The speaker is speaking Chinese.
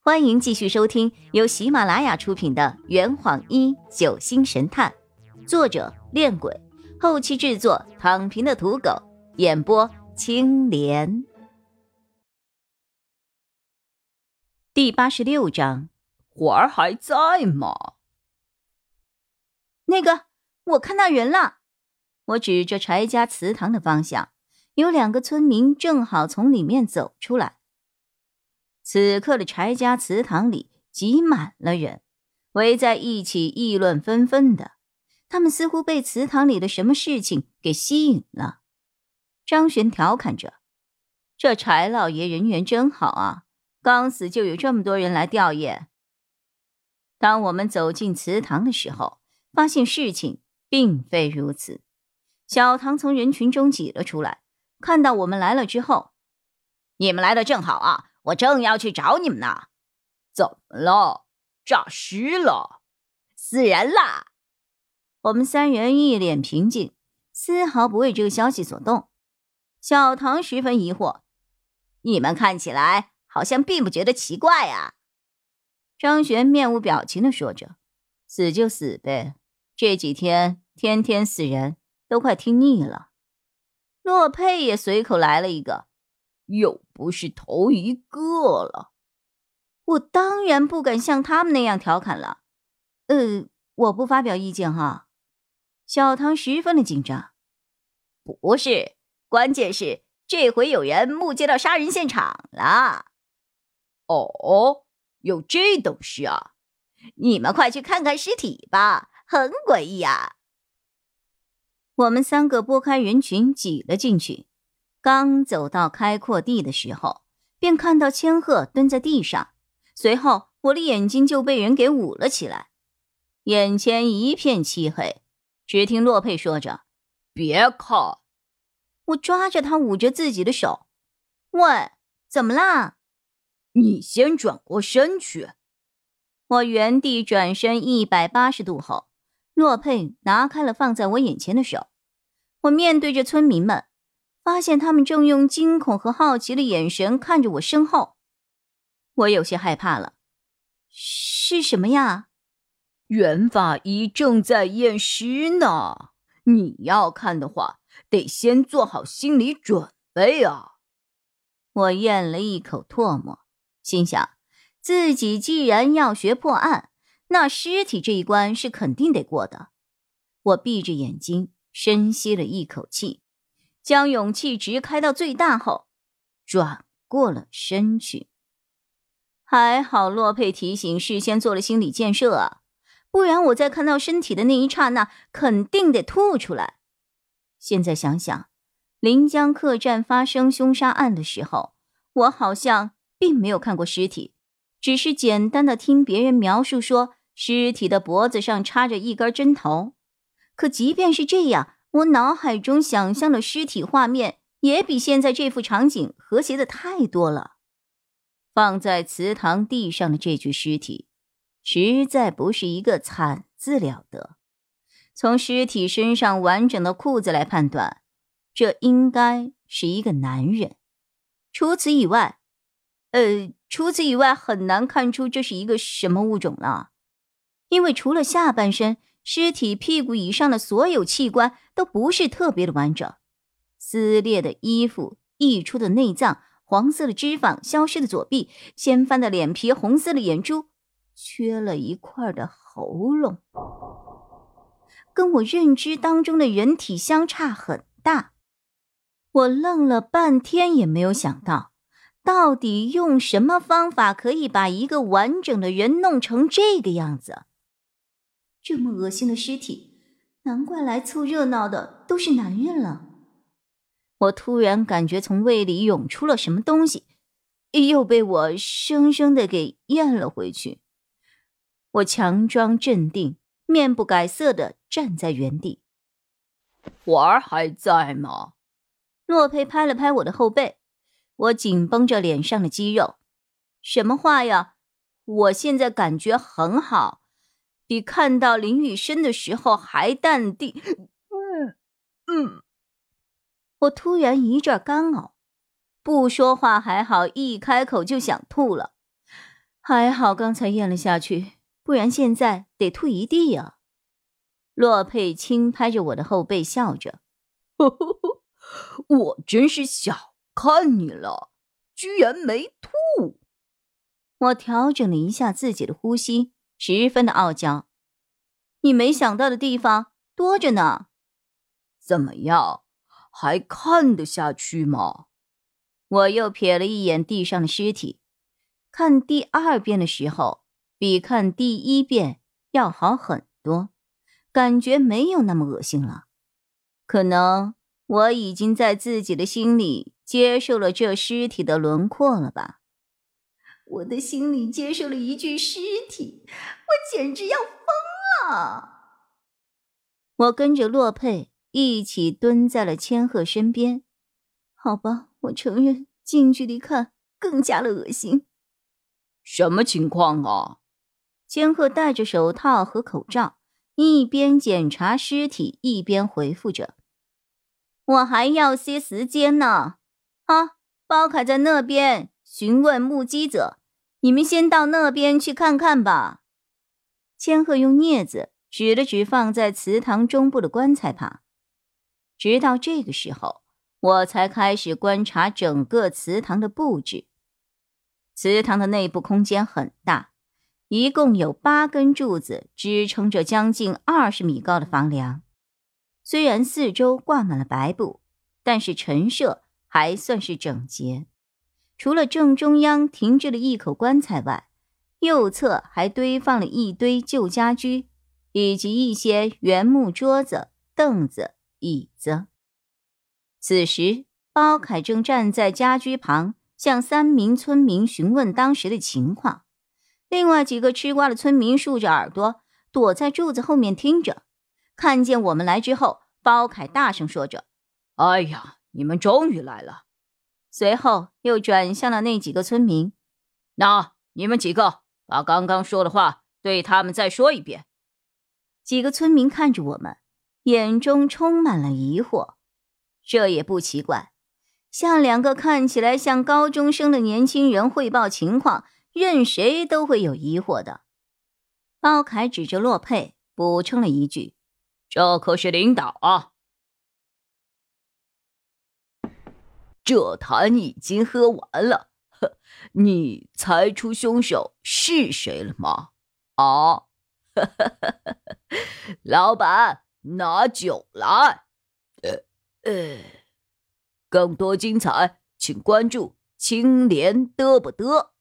欢迎继续收听由喜马拉雅出品的《圆谎一九星神探》，作者恋鬼，后期制作躺平的土狗，演播青莲。第86章， 环儿还在吗？ 那个，我看到人了。我指着柴家祠堂的方向，有2个村民正好从里面走出来。此刻的柴家祠堂里挤满了人，围在一起议论纷纷的。他们似乎被祠堂里的什么事情给吸引了。张璇调侃着：“这柴老爷人缘真好啊，刚死就有这么多人来吊唁。”当我们走进祠堂的时候，发现事情并非如此。小唐从人群中挤了出来，看到我们来了之后：“ 你们来的正好啊，我正要去找你们呢。”“怎么了？诈尸了？死人了？” 我们3人一脸平静，丝毫不为这个消息所动。小唐十分疑惑：“ 你们看起来好像并不觉得奇怪啊。” 张璇面无表情地说着：“死就死呗，这几天天天死人，都快听腻了。”洛佩也随口来了一个：“ 又不是头一个了。” 我当然不敢像他们那样调侃了。我不发表意见哈。小唐十分的紧张。 “不是，关键是这回有人目击到杀人现场了。”“哦，有这等事啊？你们快去看看尸体吧，很诡异啊。” 我们3个拨开人群挤了进去，刚走到开阔地的时候，便看到千鹤蹲在地上，随后我的眼睛就被人给捂了起来，眼前一片漆黑。只听洛佩说着：“ 别看。” 我抓着他捂着自己的手：“喂，怎么啦？”“ 你先转过身去。” 我原地转身180度后，洛佩拿开了放在我眼前的手。我面对着村民们，发现他们正用惊恐和好奇的眼神看着我身后。我有些害怕了。“是什么呀？”“ 袁法医正在验尸呢，你要看的话，得先做好心理准备啊。” 我咽了一口唾沫，心想自己既然要学破案，那尸体这一关是肯定得过的。我闭着眼睛，深吸了一口气，将勇气值开到最大后，转过了身去。还好洛佩提醒事先做了心理建设啊，不然我在看到身体的那一刹那肯定得吐出来。现在想想，临江客栈发生凶杀案的时候，我好像并没有看过尸体，只是简单的听别人描述说尸体的脖子上插着一根针头。可即便是这样，我脑海中想象的尸体画面也比现在这幅场景和谐的太多了。放在祠堂地上的这具尸体实在不是一个惨字了得。从尸体身上完整的裤子来判断，这应该是一个男人。除此以外很难看出这是一个什么物种了。因为除了下半身，尸体屁股以上的所有器官都不是特别的完整。撕裂的衣服，溢出的内脏，黄色的脂肪，消失的左臂，掀翻的脸皮，红色的眼珠，缺了一块的喉咙，跟我认知当中的人体相差很大。我愣了半天也没有想到，到底用什么方法可以把一个完整的人弄成这个样子？这么恶心的尸体，难怪来凑热闹的都是男人了。我突然感觉从胃里涌出了什么东西，又被我生生的给咽了回去。我强装镇定，面不改色的站在原地。 “环儿还在吗？” 洛佩拍了拍我的后背，我紧绷着脸上的肌肉。“什么话呀？我现在感觉很好，比看到林雨生的时候还淡定。”我突然一阵干呕，不说话还好，一开口就想吐了。 还好刚才咽了下去，不然现在得吐一地呀。洛佩轻拍着我的后背，笑着：“ 我真是小看你了，居然没吐。” 我调整了一下自己的呼吸，十分的傲娇：“你没想到的地方多着呢。” 怎么样，还看得下去吗？ 我又瞥了一眼地上的尸体，看第二遍的时候，比看第一遍要好很多，感觉没有那么恶心了。可能我已经在自己的心里接受了这尸体的轮廓了吧。我的心里接受了一具尸体，我简直要疯了。我跟着洛佩一起蹲在了千鹤身边。好吧，我承认近距离看更加的恶心。 什么情况啊？ 千鹤戴着手套和口罩，一边检查尸体一边回复着：“我还要些时间呢。啊，包凯在那边询问目击者，你们先到那边去看看吧。”千鹤用镊子指了指放在祠堂中部的棺材旁。直到这个时候，我才开始观察整个祠堂的布置。祠堂的内部空间很大，一共有8根柱子支撑着将近20米高的房梁。虽然四周挂满了白布，但是陈设还算是整洁。除了正中央停着了一口棺材外，右侧还堆放了一堆旧家居，以及一些原木桌子、凳子、椅子。此时，包凯正站在家居旁，向3名村民询问当时的情况。另外几个吃瓜的村民竖着耳朵，躲在柱子后面听着。看见我们来之后，包凯大声说着：“ 哎呀，你们终于来了。” 随后又转向了那几个村民：“ 那你们几个把刚刚说的话对他们再说一遍。” 几个村民看着我们，眼中充满了疑惑。这也不奇怪，向2个看起来像高中生的年轻人汇报情况，任谁都会有疑惑的。包凯指着洛佩补充了一句：“ 这可是领导啊。”这坛已经喝完了，你猜出凶手是谁了吗？啊，老板，拿酒来。更多精彩，请关注青莲嘚不嘚。